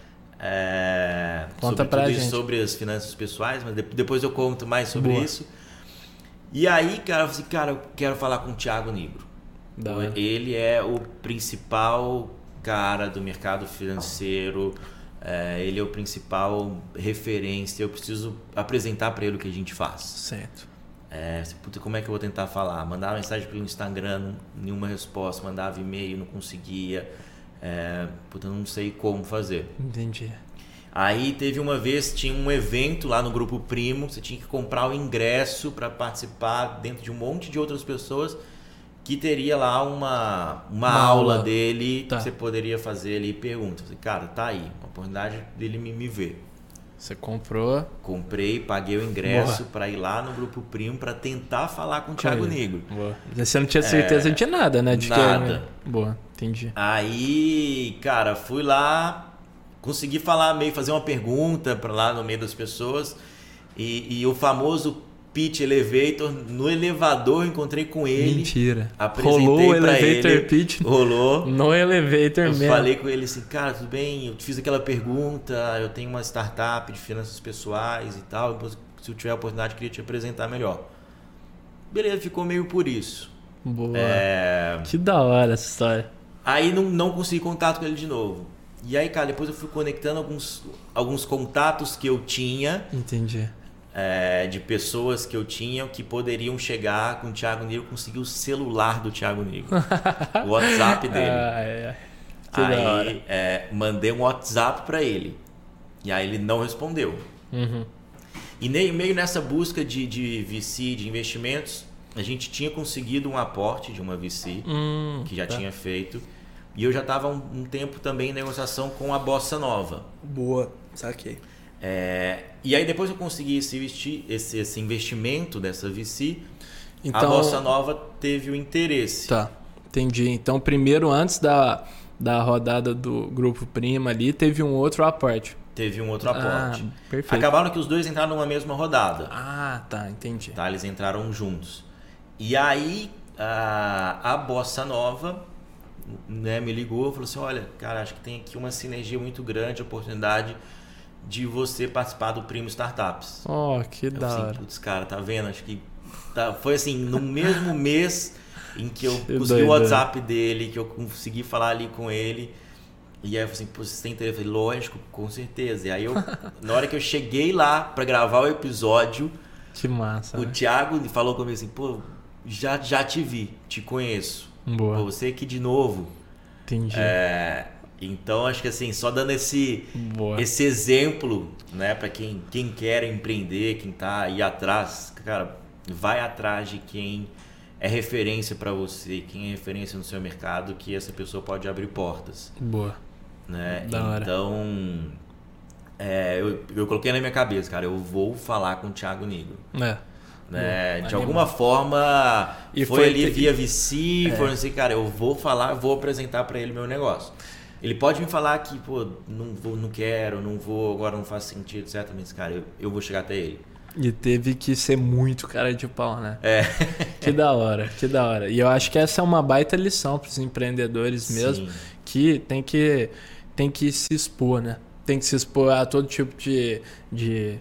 Conta pra gente. Sobre as finanças pessoais, mas depois eu conto mais sobre isso. E aí, cara, eu falei assim, cara, eu quero falar com o Thiago Nigro. Ele é o principal cara do mercado financeiro, ele é o principal referência, eu preciso apresentar para ele o que a gente faz. Certo. Puta, como é que eu vou tentar falar? Mandava mensagem pelo Instagram, nenhuma resposta, mandava e-mail, não conseguia. Puta, não sei como fazer. Entendi. Aí teve uma vez, tinha um evento lá no Grupo Primo, você tinha que comprar o ingresso para participar dentro de um monte de outras pessoas que teria lá uma aula dele que você poderia fazer ali perguntas. Eu falei, cara, tá aí, uma oportunidade dele me ver. Você comprou? Comprei, paguei o ingresso para ir lá no Grupo Primo para tentar falar com o Thiago Nigro. Você não tinha certeza de nada, né? De nada. Boa, entendi. Aí, cara, fui lá, consegui falar fazer uma pergunta para lá no meio das pessoas e o famoso pitch elevator, no elevador encontrei com ele. Mentira. Apresentei rolou o elevator ele, pitch? Rolou. No elevator mesmo. Eu falei com ele assim, cara, tudo bem? Eu te fiz aquela pergunta, eu tenho uma startup de finanças pessoais e tal, depois, se eu tiver a oportunidade, eu queria te apresentar melhor. Beleza, ficou meio por isso. Boa. Que da hora essa história. Aí não consegui contato com ele de novo. E aí, cara, depois eu fui conectando alguns contatos que eu tinha. Entendi. De pessoas que eu tinha que poderiam chegar com o Thiago Nigro, conseguir o celular do Thiago Nigro, o WhatsApp dele. Que da hora. Mandei um WhatsApp para ele e aí ele não respondeu. E meio nessa busca de VC, de investimentos, a gente tinha conseguido um aporte de uma VC que já tinha feito e eu já estava um tempo também em negociação com a Bossa Nova. Boa, saquei. E aí depois eu consegui esse investimento dessa VC, então, a Bossa Nova teve o interesse. Tá, entendi. Então primeiro, antes da rodada do Grupo Primo ali, teve um outro aporte. Teve um outro aporte. Perfeito. Acabaram que os dois entraram numa mesma rodada. Tá, entendi. Tá, eles entraram juntos. E aí a Bossa Nova, né, me ligou e falou assim, olha, cara, acho que tem aqui uma sinergia muito grande, oportunidade de você participar do Primo Startups. Que da hora. Assim, putz, cara, tá vendo? Acho que foi assim, no mesmo mês em que eu consegui o WhatsApp dele, que eu consegui falar ali com ele. E aí eu falei assim, pô, você tem interesse? Eu falei, lógico, com certeza. E aí na hora que eu cheguei lá pra gravar o episódio, que massa, o Thiago falou comigo assim, pô, já te vi, te conheço. Boa. Pô, você aqui de novo. Entendi. Então acho que assim, só dando esse exemplo, né, para quem quer empreender, quem tá aí atrás, cara, vai atrás de quem é referência para você, quem é referência no seu mercado, que essa pessoa pode abrir portas. Boa. Né? Da hora. Então, eu coloquei na minha cabeça, cara, eu vou falar com o Thiago Nigro. Né? De alguma forma, foi ali via VC, foi assim, cara, eu vou falar, vou apresentar para ele meu negócio. Ele pode me falar que, pô, não quero, não vou, agora não faz sentido, certo? Mas, cara, eu vou chegar até ele. E teve que ser muito cara de pau, né? Que da hora, que da hora. E eu acho que essa é uma baita lição para os empreendedores mesmo, que tem que se expor, né? Tem que se expor a todo tipo de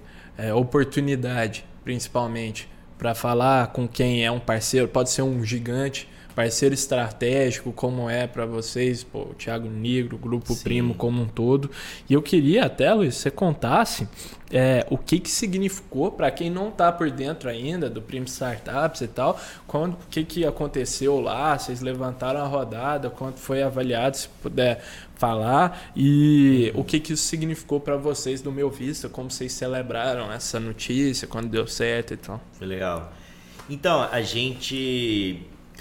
oportunidade, principalmente, para falar com quem é um parceiro. Pode ser um gigante, parceiro estratégico, como é para vocês, pô, o Thiago Nigro, o Grupo Sim. Primo como um todo. E eu queria até, Luiz, você contasse o que significou para quem não está por dentro ainda do Primo Startups e tal, o que aconteceu lá, vocês levantaram a rodada, quanto foi avaliado, se puder falar, e o que isso significou para vocês do Meu Vista, como vocês celebraram essa notícia, quando deu certo e tal. Foi legal. Então, a gente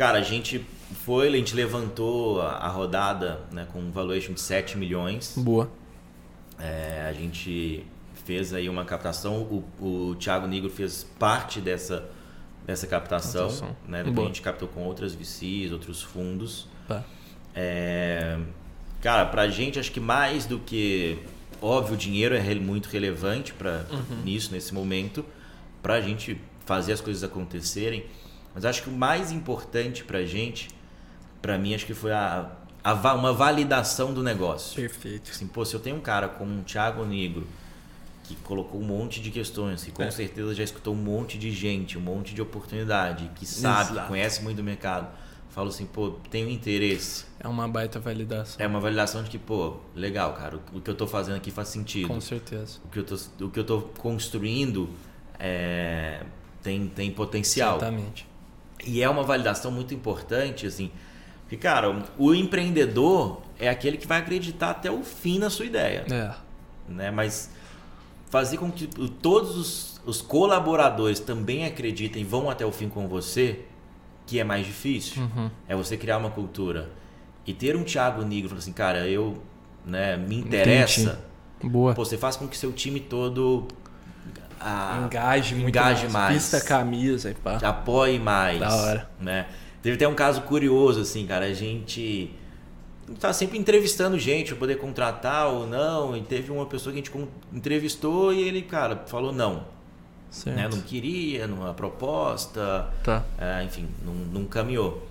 levantou a rodada, né, com um valuation de 7 milhões. Boa. A gente fez aí uma captação, o Thiago Nigro fez parte dessa captação, né? Depois a gente captou com outras VCs, outros fundos. Tá. Cara, pra gente, acho que mais do que... Óbvio, o dinheiro é muito relevante nesse momento, pra gente fazer as coisas acontecerem. Mas acho que o mais importante pra gente, pra mim, acho que foi uma validação do negócio. Perfeito. Assim, pô, se eu tenho um cara como um Thiago Nigro, que colocou um monte de questões, que com certeza já escutou um monte de gente, um monte de oportunidade, que sabe, que conhece muito o mercado, falo assim, pô, tenho interesse. É uma baita validação. É uma validação de que, pô, legal, cara, o que eu tô fazendo aqui faz sentido. Com certeza. O que eu tô construindo tem potencial. Exatamente. E é uma validação muito importante, assim, porque, cara, o empreendedor é aquele que vai acreditar até o fim na sua ideia. Né? Mas fazer com que todos os colaboradores também acreditem e vão até o fim com você, que é mais difícil. É você criar uma cultura. E ter um Thiago Nigro falando assim, cara, me interessa. Entendi. Boa. Pô, você faz com que seu time todo engaje mais. Vista a camisa e pá. Apoie mais. Da hora. Né? Teve até um caso curioso, assim, cara. A gente tá sempre entrevistando gente para poder contratar ou não. E teve uma pessoa que a gente entrevistou e ele, cara, falou não. Certo. Né? Não queria, numa proposta. Tá. Enfim, não caminhou.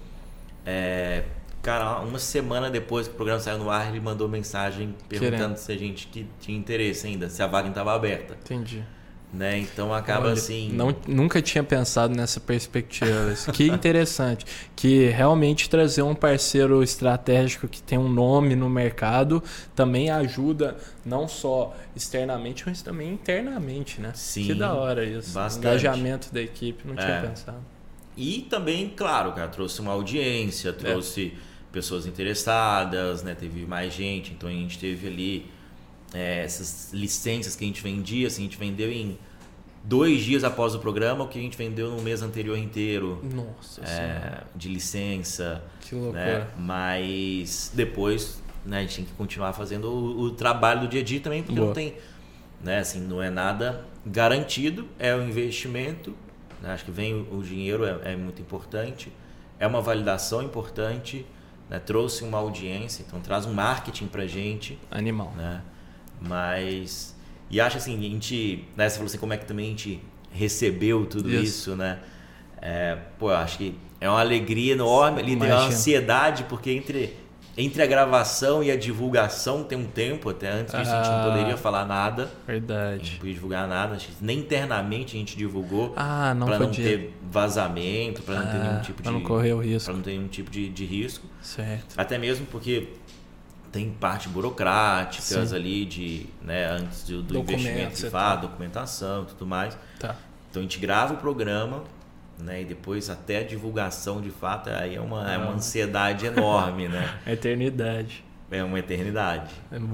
Cara, uma semana depois que o programa saiu no ar, ele mandou mensagem perguntando se a gente tinha interesse ainda, se a vaga estava aberta. Entendi. Né? Então acaba assim... Nunca tinha pensado nessa perspectiva. Que interessante. Que realmente trazer um parceiro estratégico que tem um nome no mercado também ajuda não só externamente, mas também internamente, né? Sim, que da hora isso. Bastante. Engajamento da equipe, não tinha pensado. E também, claro, cara, trouxe uma audiência, trouxe pessoas interessadas, né? Teve mais gente, então a gente teve ali essas licenças que a gente vendia, assim, a gente vendeu em 2 dias após o programa o que a gente vendeu no mês anterior inteiro. Nossa Senhora. De licença. Que loucura. Né? Mas depois, né, a gente tem que continuar fazendo o trabalho do dia a dia também, porque não tem, né, assim, não é nada garantido, é um investimento, né? Acho que vem o dinheiro, é muito importante, é uma validação importante, né? Trouxe uma audiência, então traz um marketing pra gente. Animal. Né? Mas... E acho assim, a gente... Né, você falou assim, como é que também a gente recebeu tudo isso, né? Pô, eu acho que é uma alegria enorme, ali tem uma ansiedade, porque entre a gravação e a divulgação tem um tempo, até antes disso a gente não poderia falar nada. Verdade. A gente não podia divulgar nada, nem internamente a gente divulgou para não ter vazamento, para não ter nenhum tipo de... Para não correr o risco. Para não ter nenhum tipo de risco. Certo. Até mesmo porque... Tem parte burocráticas ali antes do investimento privado, documentação e tudo mais. Tá. Então a gente grava o programa, né, e depois até a divulgação de fato aí é uma ansiedade enorme, né? Eternidade. É uma eternidade.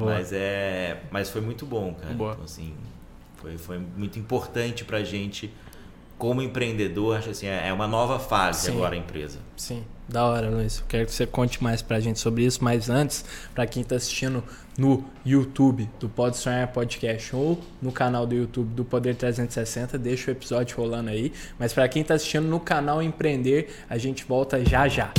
Mas foi muito bom, cara. Boa. Então, assim, foi muito importante pra gente como empreendedor. Acho assim, é uma nova fase agora a empresa. Sim. Da hora, Luiz. Eu quero que você conte mais pra gente sobre isso, mas antes, pra quem tá assistindo no YouTube do Pode Sonhar Podcast ou no canal do YouTube do Poder 360, deixa o episódio rolando aí. Mas pra quem tá assistindo no canal Empreender, a gente volta já já.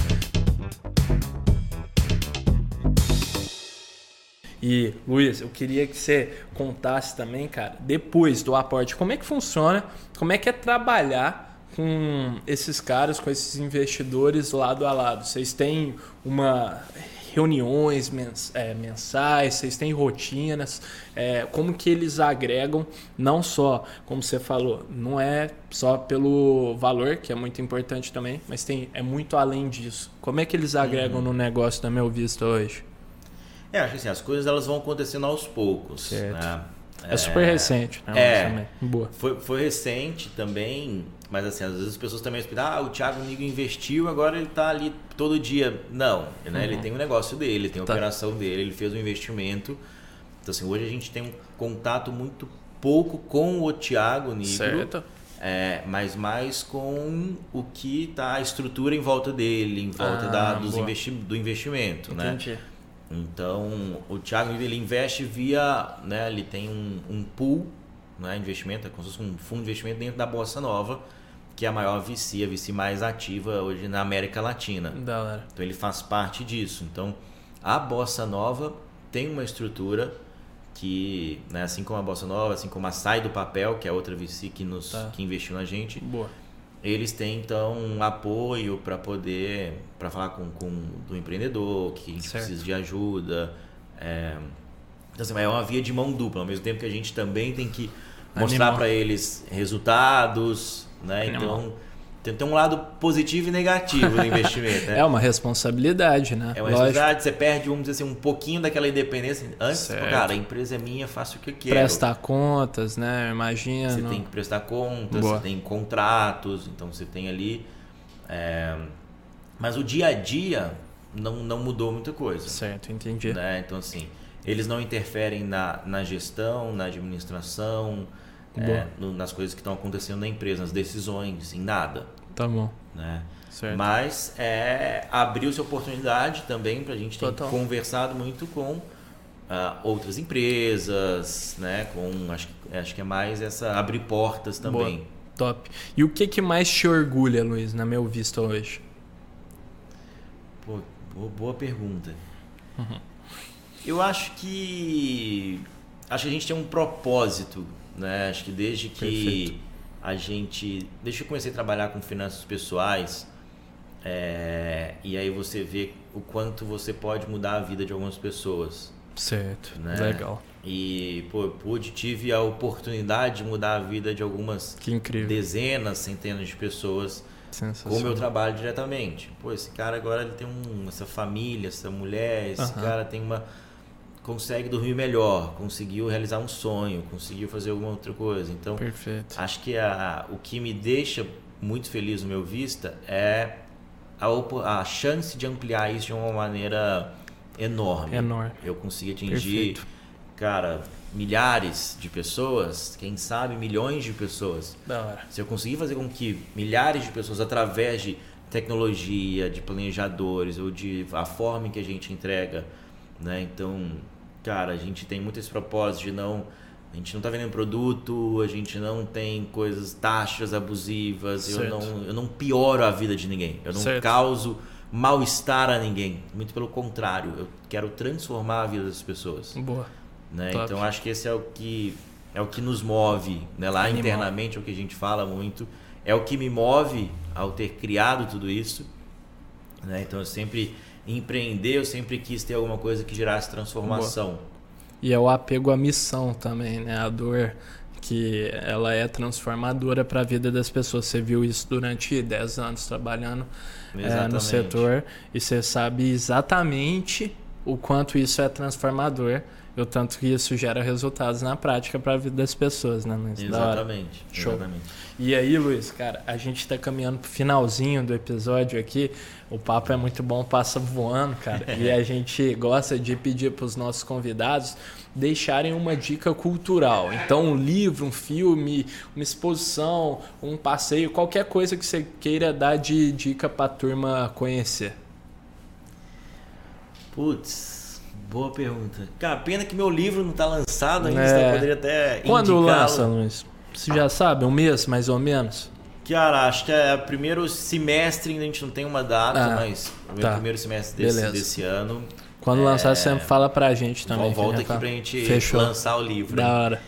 E, Luiz, eu queria que você contasse também, cara, depois do aporte, como é que funciona, como é que é trabalhar com esses caras, com esses investidores lado a lado. Vocês têm uma reuniões mensais, vocês têm rotinas, como que eles agregam, não só, como você falou, não é só pelo valor, que é muito importante também, mas é muito além disso. Como é que eles agregam no negócio da Meu Vista hoje? Acho que assim, as coisas elas vão acontecendo aos poucos. Certo. Né? É super recente, né? Boa. Foi recente também, mas assim, às vezes as pessoas também explicam, o Thiago Nigo investiu, agora ele tá ali todo dia. Não, né? Ele tem um negócio dele, ele tem a operação dele, ele fez um investimento. Então assim, hoje a gente tem um contato muito pouco com o Thiago Nigo. Certo. Mas mais com o que tá a estrutura em volta dele, em volta do investimento. Entendi. Né? Então, o Thiago ele investe via, né, ele tem um pool, né, investimento, é como se fosse um fundo de investimento dentro da Bossa Nova, que é a maior VC, a VC mais ativa hoje na América Latina. Da hora. Então, ele faz parte disso. Então, a Bossa Nova tem uma estrutura que, né, assim como a Bossa Nova, assim como a Sai do Papel, que é outra VC que investiu na gente. Boa. Eles têm, então, um apoio para falar com do empreendedor, que a gente precisa de ajuda. Então, assim, é uma via de mão dupla, ao mesmo tempo que a gente também tem que mostrar para eles resultados, né? Então, tem um lado positivo e negativo do investimento. Né? É uma responsabilidade, né? É uma responsabilidade, você perde, vamos dizer assim, um pouquinho daquela independência. Antes, cara, a empresa é minha, faço o que eu quero. Prestar contas, né? Imagina. Você tem que prestar contas, você tem contratos, então você tem ali... Mas o dia a dia não mudou muita coisa. Certo, entendi. Né? Então, assim, eles não interferem na gestão, na administração, nas coisas que estão acontecendo na empresa, nas decisões, em nada. Tá bom. Né? Certo. Mas abriu-se oportunidade também para a gente ter conversado muito com outras empresas, né? Acho que é mais essa abrir portas também. Boa. Top. E o que mais te orgulha, Luiz, na Meu Vista hoje? Pô, boa pergunta. Eu acho que a gente tem um propósito, né? Acho que desde que desde que eu comecei a trabalhar com finanças pessoais, e aí você vê o quanto você pode mudar a vida de algumas pessoas. Certo, né? Legal. E tive a oportunidade de mudar a vida de algumas dezenas, centenas de pessoas com o meu trabalho diretamente. Esse cara agora ele tem essa família, essa mulher, esse cara tem consegue dormir melhor, conseguiu realizar um sonho, conseguiu fazer alguma outra coisa. Então, perfeito. Acho que o que me deixa muito feliz no Meu Vista é a chance de ampliar isso de uma maneira enorme. Eu consegui atingir, cara, milhares de pessoas, quem sabe milhões de pessoas. Da hora. Se eu conseguir fazer com que milhares de pessoas, através de tecnologia, de planejadores ou de a forma em que a gente entrega, né? Então, cara, a gente tem muito esse propósito de a gente não está vendendo produto, a gente não tem taxas abusivas, eu não pioro a vida de ninguém, eu não causo mal-estar a ninguém, muito pelo contrário, eu quero transformar a vida das pessoas. Boa. Né? Então acho que esse é o que nos move, né? Lá internamente é o que a gente fala muito, é o que me move ao ter criado tudo isso, né? Então eu sempre quis ter alguma coisa que gerasse transformação. Boa. E é o apego à missão também, né? A dor, que ela é transformadora para a vida das pessoas. Você viu isso durante 10 anos trabalhando no setor e você sabe exatamente o quanto isso é transformador e o tanto que isso gera resultados na prática para a vida das pessoas, né, Luiz? Exatamente. Show. Exatamente. E aí, Luiz, cara, a gente está caminhando pro finalzinho do episódio aqui. O papo é muito bom, passa voando, cara. E a gente gosta de pedir para os nossos convidados deixarem uma dica cultural. Então, um livro, um filme, uma exposição, um passeio, qualquer coisa que você queira dar de dica para a turma conhecer. Putz, boa pergunta. Cara, pena que meu livro não está lançado ainda, eu poderia até Quando indicá-lo. lança, Luiz? Você já sabe? Um mês, mais ou menos? Cara, acho que é o primeiro semestre, ainda a gente não tem uma data, mas o primeiro semestre desse ano. Quando lançar, você sempre fala pra gente também. Volta aqui pra gente lançar o livro. Da hora.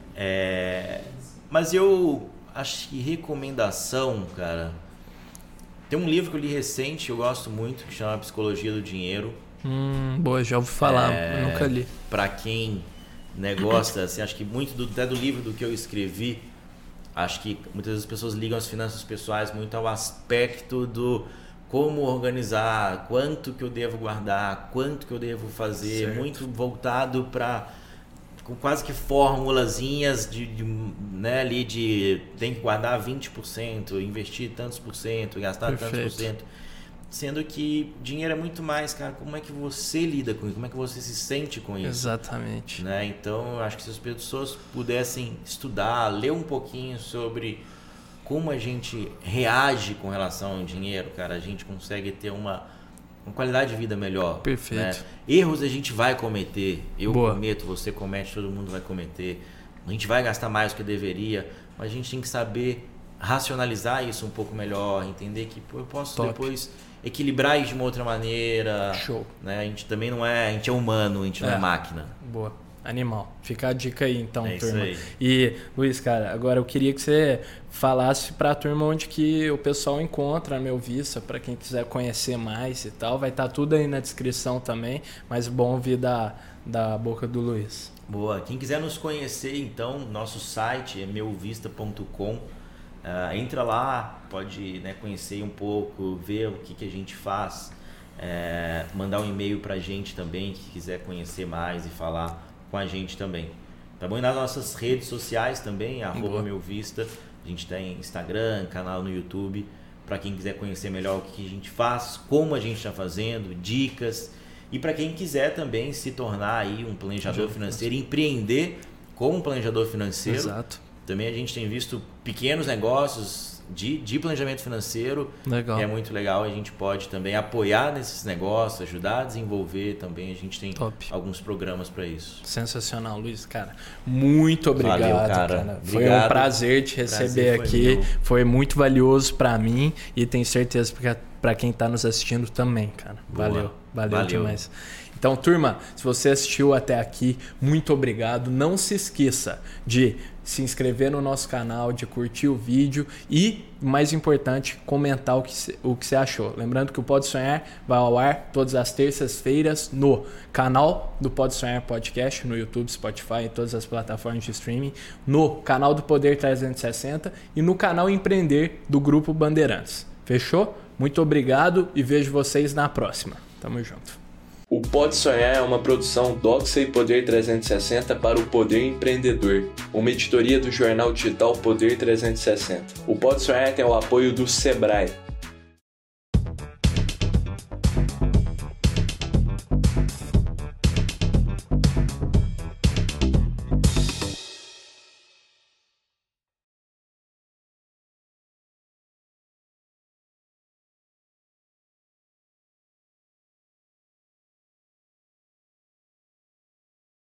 Mas eu acho que recomendação, cara... Tem um livro que eu li recente, eu gosto muito, que chama Psicologia do Dinheiro. Boa, já ouvi falar, eu nunca li. Para quem gosta, assim, acho que muito até do livro do que eu escrevi, acho que muitas vezes as pessoas ligam as finanças pessoais muito ao aspecto do como organizar, quanto que eu devo guardar, quanto que eu devo fazer, certo. Muito voltado para com quase que formulazinhas ali de tem que guardar 20%, investir tantos por cento, gastar tantos por cento. Sendo que dinheiro é muito mais, cara, como é que você lida com isso, como é que você se sente com isso. Exatamente. Então, eu acho que se as pessoas pudessem estudar, ler um pouquinho sobre como a gente reage com relação ao dinheiro, cara, a gente consegue ter uma qualidade de vida melhor. Perfeito. Né? Erros a gente vai cometer, eu cometo, você comete, todo mundo vai cometer. A gente vai gastar mais do que deveria, mas a gente tem que saber racionalizar isso um pouco melhor, entender que eu posso depois equilibrar isso de uma outra maneira. Show. Né? A gente também não é, a gente é humano, a gente não é máquina. Boa. Animal. Fica a dica aí então, turma. Isso aí. E, Luiz, cara, agora eu queria que você falasse pra turma onde que o pessoal encontra a Meu Vista, para quem quiser conhecer mais e tal. Vai estar tudo aí na descrição também, mas bom ouvir da boca do Luiz. Boa. Quem quiser nos conhecer, então, nosso site é meuvista.com. Entra lá, pode conhecer um pouco, ver o que a gente faz, mandar um e-mail pra gente também, que quiser conhecer mais e falar com a gente também. Tá bom? E nas nossas redes sociais também, @meuvista, a gente tem Instagram, canal no YouTube, para quem quiser conhecer melhor o que a gente faz, como a gente está fazendo, dicas, e para quem quiser também se tornar aí um planejador financeiro, empreender como um planejador financeiro. Exato. Também a gente tem visto pequenos negócios de planejamento financeiro. Legal. É muito legal. A gente pode também apoiar nesses negócios, ajudar a desenvolver também. A gente tem alguns programas para isso. Sensacional, Luiz. Cara, muito obrigado. Valeu, cara. Foi um prazer te receber aqui. Foi muito valioso para mim e tenho certeza para quem está nos assistindo também, cara. Boa. Valeu demais. Então, turma, se você assistiu até aqui, muito obrigado. Não se esqueça de se inscrever no nosso canal, de curtir o vídeo e, mais importante, comentar o que você achou. Lembrando que o Pode Sonhar vai ao ar todas as terças-feiras no canal do Pode Sonhar Podcast, no YouTube, Spotify e todas as plataformas de streaming, no canal do Poder 360 e no canal Empreender do Grupo Bandeirantes. Fechou? Muito obrigado e vejo vocês na próxima. Tamo junto. O Pode Sonhar é uma produção Doxa e Poder 360 para o Poder Empreendedor, uma editoria do jornal digital Poder 360. O Pode Sonhar tem o apoio do Sebrae.